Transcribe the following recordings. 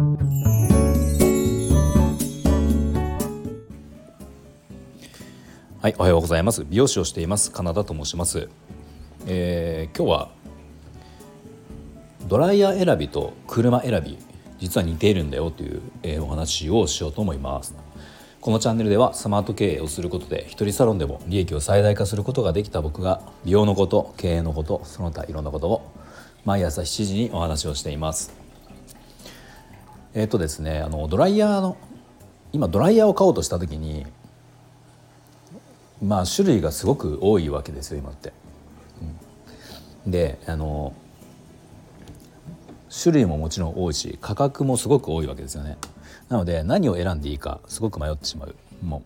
はい、おはようございます。美容師をしていますカナダと申します。今日はドライヤー選びと車選び実は似ているんだよという、お話をしようと思います。このチャンネルではスマート経営をすることで一人サロンでも利益を最大化することができた僕が美容のこと、経営のこと、その他いろんなことを毎朝7時にお話をしています。ですね、ドライヤーを買おうとした時に種類がすごく多いわけですよ今って。で種類ももちろん多いし価格もすごく多いわけですよね。なので何を選んでいいかすごく迷ってしまう。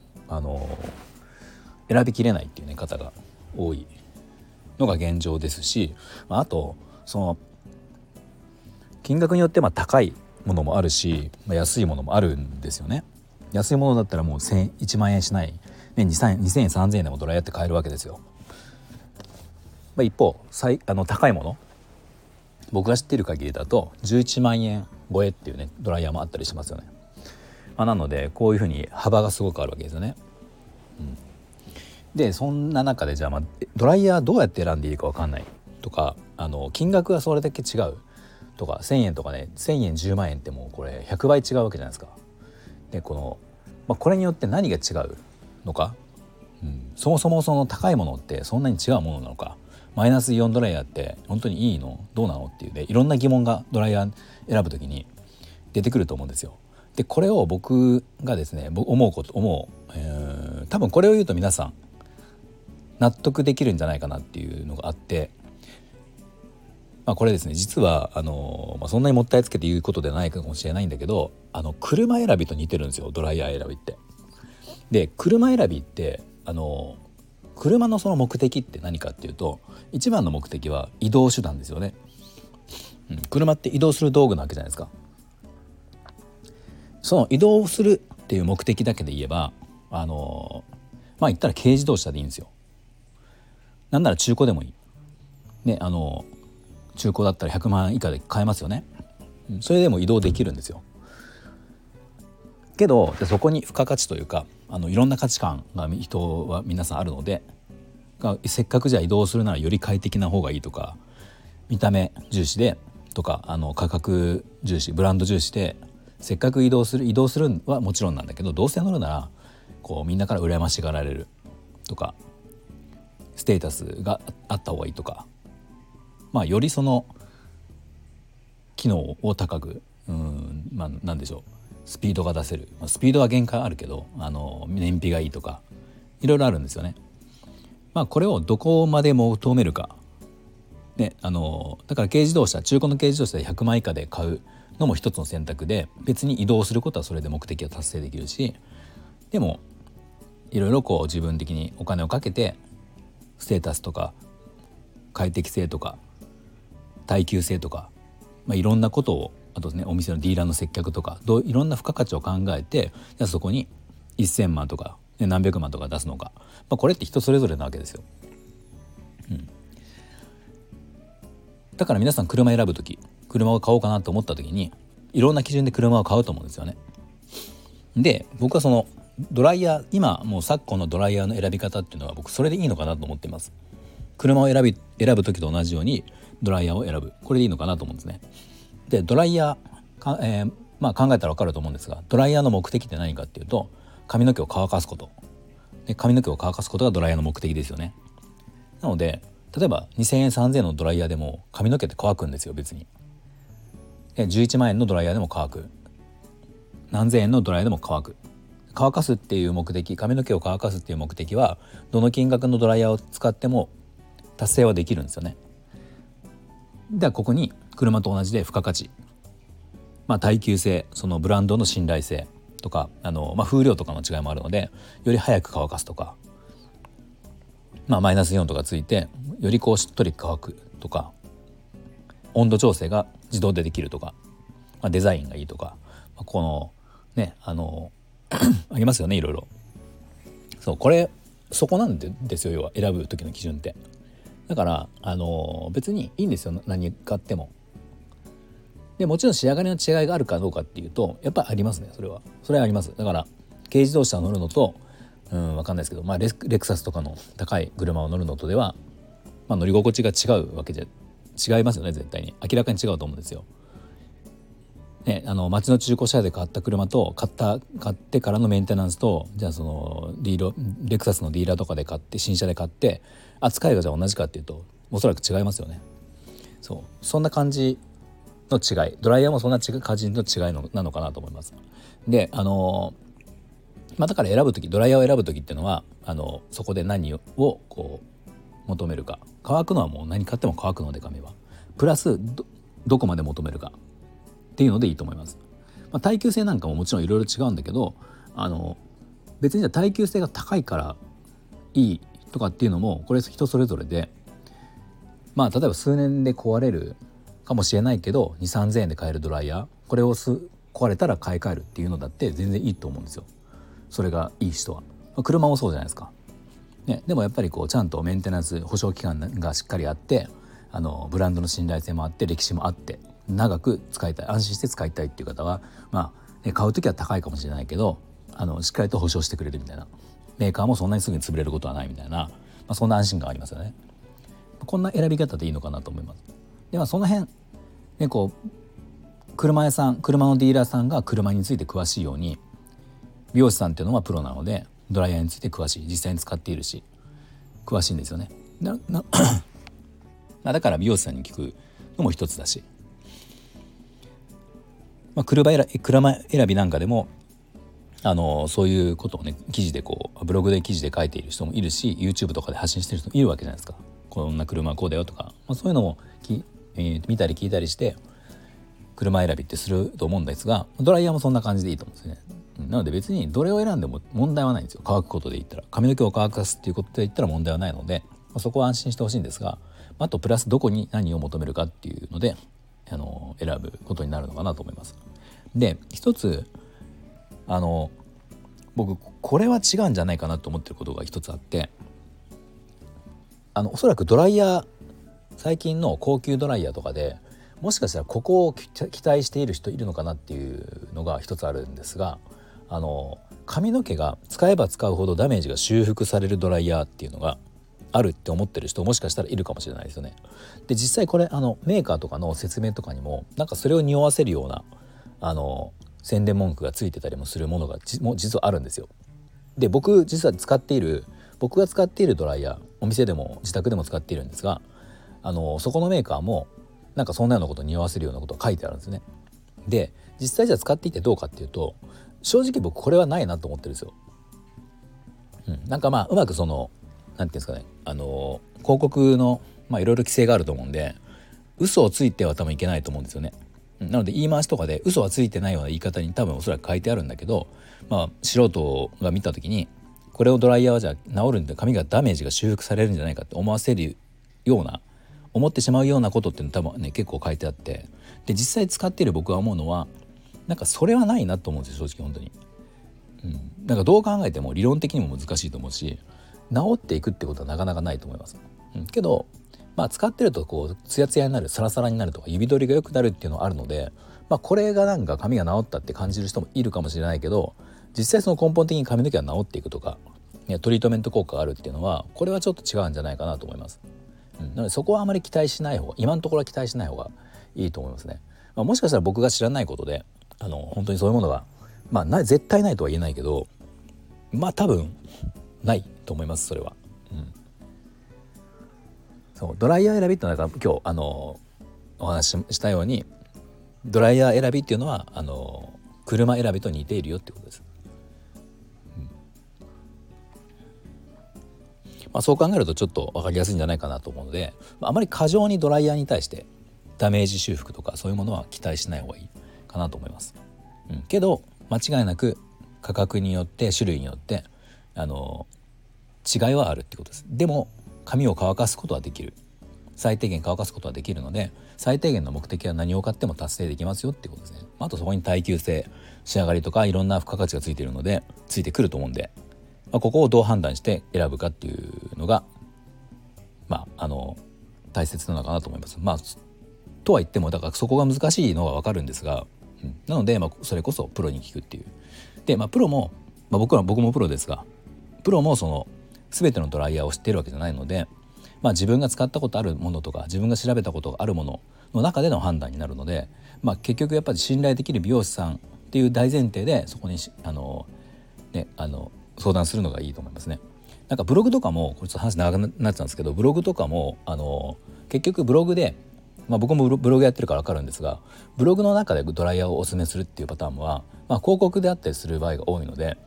選びきれないっていう方が多いのが現状ですし、あとその金額によって高いものもあるし、安いものもあるんですよね。安いものだったらもう1万円しない、2000円3000円でもドライヤーって買えるわけですよ。一方高いもの、僕が知っている限りだと11万円超えっていうドライヤーもあったりしますよね。なのでこういうふうに幅がすごくあるわけですよね。でそんな中でじゃあ、ドライヤーどうやって選んでいいか分かんないとか、金額がそれだけ違うとか1000円とかね、1000円10万円ってもうこれ100倍違うわけじゃないですか。でこれによって何が違うのか、そもそもその高いものってそんなに違うものなのか、マイナスイオンドライヤーって本当にいいのどうなのっていういろんな疑問がドライヤー選ぶときに出てくると思うんですよ。でこれを僕がですね多分これを言うと皆さん納得できるんじゃないかなっていうのがあって、これですね実はそんなにもったいつけて言うことではないかもしれないんだけど、車選びと似てるんですよ、ドライヤー選びって。で車選びって車のその目的って何かっていうと、一番の目的は移動手段ですよね。車って移動する道具なわけじゃないですか。その移動するっていう目的だけで言えば言ったら軽自動車でいいんですよ。なんなら中古でもいいね。中古だったら100万以下で買えますよね。それでも移動できるんですよ。けどそこに付加価値というかいろんな価値観が人は皆さんあるので、せっかくじゃあ移動するならより快適な方がいいとか、見た目重視でとか価格重視、ブランド重視でせっかく移動するのはもちろんなんだけど、どうせ乗るならみんなから羨ましがられるとか、ステータスがあった方がいいとか、よりその機能を高くなんでしょう、スピードが出せる、スピードは限界あるけど燃費がいいとかいろいろあるんですよね。これをどこまで求めるか、だから中古の軽自動車で100万以下で買うのも一つの選択で、別に移動することはそれで目的を達成できるし、でもいろいろ自分的にお金をかけてステータスとか快適性とか耐久性とか、いろんなことを、あとお店のディーラーの接客とかいろんな付加価値を考えて、じゃあそこに1000万とか何百万とか出すのか、これって人それぞれなわけですよ。だから皆さん車選ぶとき、車を買おうかなと思ったときにいろんな基準で車を買うと思うんですよね。で僕はそのドライヤー、今もう昨今のドライヤーの選び方っていうのは僕それでいいのかなと思っています。車を選ぶ時と同じようにドライヤーを選ぶ、これでいいのかなと思うんですね。でドライヤー考えたら分かると思うんですが、ドライヤーの目的って何かっていうと、髪の毛を乾かすことで、髪の毛を乾かすことがドライヤーの目的ですよね。なので例えば2000円3000円のドライヤーでも髪の毛って乾くんですよ、別に。で11万円のドライヤーでも乾く、何千円のドライヤーでも乾かすっていう目的、髪の毛を乾かすっていう目的はどの金額のドライヤーを使っても達成はできるんですよね。ではここに車と同じで付加価値、耐久性、そのブランドの信頼性とか風量とかの違いもあるので、より早く乾かすとか、マイナスイオンとかついてよりしっとり乾くとか、温度調整が自動でできるとか、デザインがいいとか、このねありますよね、いろいろ。そこなんですよ、要は選ぶ時の基準って。だから別にいいんですよ、何買っても。 でもちろん仕上がりの違いがあるかどうかっていうとやっぱりありますね。それはあります。だから軽自動車を乗るのと分かんないですけど、レクサスとかの高い車を乗るのとでは、乗り心地が違うわけじゃ違いますよね。絶対に明らかに違うと思うんですよ。ね、街の中古車で買った車と買ってからのメンテナンスと、じゃあそのレクサスのディーラーとかで買って新車で買って扱いがじゃあ同じかっていうとおそらく違いますよね。そんな感じの違い、ドライヤーもそんな感じの違いなのかなと思います。でだからドライヤーを選ぶ時っていうのはそこで何をこう求めるか、乾くのはもう何買っても乾くので髪はプラスどこまで求めるかっていうのでいいと思います。耐久性なんかももちろんいろいろ違うんだけど別にじゃあ耐久性が高いからいいとかっていうのもこれ人それぞれで、例えば数年で壊れるかもしれないけど 2,3,000 円で買えるドライヤー、これを壊れたら買い替えるっていうのだって全然いいと思うんですよ。それがいい人は、車もそうじゃないですか、ね、でもやっぱりちゃんとメンテナンス保証期間がしっかりあってブランドの信頼性もあって歴史もあって長く使いたい、安心して使いたいっていう方は買う時は高いかもしれないけどしっかりと保証してくれるみたいな、メーカーもそんなにすぐに潰れることはないみたいな、そんな安心感ありますよね。こんな選び方でいいのかなと思います。でその辺ね、車のディーラーさんが車について詳しいように、美容師さんっていうのはプロなのでドライヤーについて詳しい、実際に使っているし詳しいんですよね。だから美容師さんに聞くのも一つだし、車選びなんかでもそういうことをねブログで記事で書いている人もいるし YouTube とかで発信している人もいるわけじゃないですか。こんな車はこうだよとか、そういうのも見たり聞いたりして車選びってすると思うんですが、ドライヤーもそんな感じでいいと思うんですね。なので別にどれを選んでも問題はないんですよ。乾くことで言ったら、髪の毛を乾かすっていうことで言ったら問題はないので、そこは安心してほしいんですが、あとプラスどこに何を求めるかっていうので選ぶことになるのかなと思います。で一つ僕これは違うんじゃないかなと思ってることが一つあって、おそらくドライヤー、最近の高級ドライヤーとかでもしかしたらここを期待している人いるのかなっていうのが一つあるんですが、髪の毛が使えば使うほどダメージが修復されるドライヤーっていうのがあるって思ってる人もしかしたらいるかもしれないですよね。で実際これメーカーとかの説明とかにもそれを匂わせるような宣伝文句がついてたりもするものが実はあるんですよ。で僕が使っているドライヤー、お店でも自宅でも使っているんですが、そこのメーカーもそんなようなことを匂わせるようなことが書いてあるんですね。で実際じゃあ使っていてどうかっていうと、正直僕これはないなと思ってるんですよ。うまくなんていうんですかね、広告のいろいろ規制があると思うんで、嘘をついては多分いけないと思うんですよね。なので言い回しとかで嘘はついてないような言い方に多分おそらく書いてあるんだけど、素人が見た時にこれをドライヤーはじゃあ治るんで髪がダメージが修復されるんじゃないかって思ってしまうようなことっていうの多分ね結構書いてあって、で実際使っている僕が思うのはそれはないなと思うんですよ、正直本当に。どう考えても理論的にも難しいと思うし、治っていくってことはなかなかないと思います。けど使ってるとツヤツヤになる、サラサラになるとか指取りが良くなるっていうのはあるので、これが髪が治ったって感じる人もいるかもしれないけど、実際その根本的に髪の毛が治っていくとか、トリートメント効果があるっていうのはこれはちょっと違うんじゃないかなと思います。なのでそこはあまり期待しない方が、今のところは期待しない方がいいと思いますね。もしかしたら僕が知らないことで本当にそういうものが絶対ないとは言えないけど、多分ないと思います、それは。そうドライヤー選びっていうのは今日お話ししたように、ドライヤー選びっていうのは車選びと似ているよってことです。そう考えるとちょっと分かりやすいんじゃないかなと思うので、あまり過剰にドライヤーに対してダメージ修復とかそういうものは期待しない方がいいかなと思います。けど間違いなく価格によって種類によって違いはあるってことです。でも髪を乾かすことはできる、最低限乾かすことはできるので、最低限の目的は何を買っても達成できますよっていうことですね。あとそこに耐久性、仕上がりとかいろんな付加価値がついているのでついてくると思うんで、ここをどう判断して選ぶかっていうのが大切なのかなと思います。 とは言ってもだからそこが難しいのは分かるんですが、なので、それこそプロに聞くっていう。で、プロも、僕もプロですが、プロもその全てのドライヤーを知っているわけじゃないので、自分が使ったことあるものとか自分が調べたことがあるものの中での判断になるので、結局やっぱり信頼できる美容師さんっていう大前提でそこに相談するのがいいと思いますね。なんかブログとかも、これちょっと話長くなっちゃうんですけど、ブログとかも結局ブログで、僕もブログやってるから分かるんですが、ブログの中でドライヤーをおすすめするっていうパターンは、広告であったりする場合が多いので、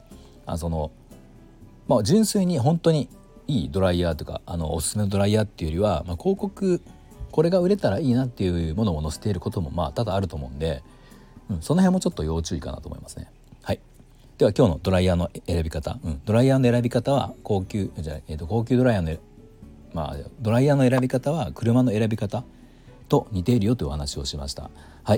純粋に本当にいいドライヤーとかおすすめのドライヤーっていうよりは、広告これが売れたらいいなっていうものを載せていることも多々あると思うんで、その辺もちょっと要注意かなと思いますね。はい。では今日のドライヤーの選び方、ドライヤーの選び方は高級ドライヤーのドライヤーの選び方は車の選び方と似ているよというお話をしました。はい。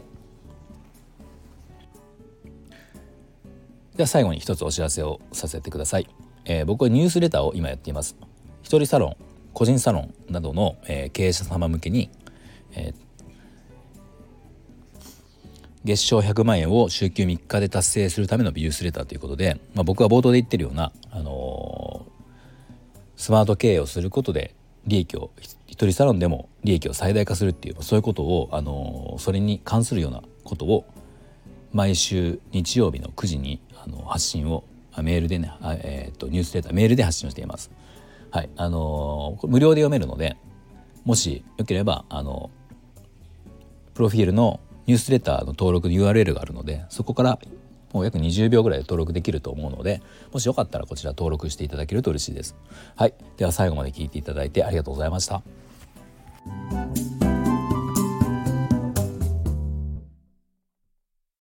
では最後に一つお知らせをさせてください。僕はニュースレターを今やっています。一人サロン、個人サロンなどの、経営者様向けに、月賞100万円を週休3日で達成するためのニュースレターということで、僕が冒頭で言ってるような、スマート経営をすることで利益を一人サロンでも利益を最大化するっていう、そういうことをそれに関するようなことを毎週日曜日の9時に発信をメールでね、ニュースレターメールで発信をしています。はい。無料で読めるので、もしよければプロフィールのニュースレターの登録の URL があるので、そこからもう約20秒ぐらいで登録できると思うので、もしよかったらこちら登録していただけると嬉しいです。はい。では最後まで聞いていただいてありがとうございました。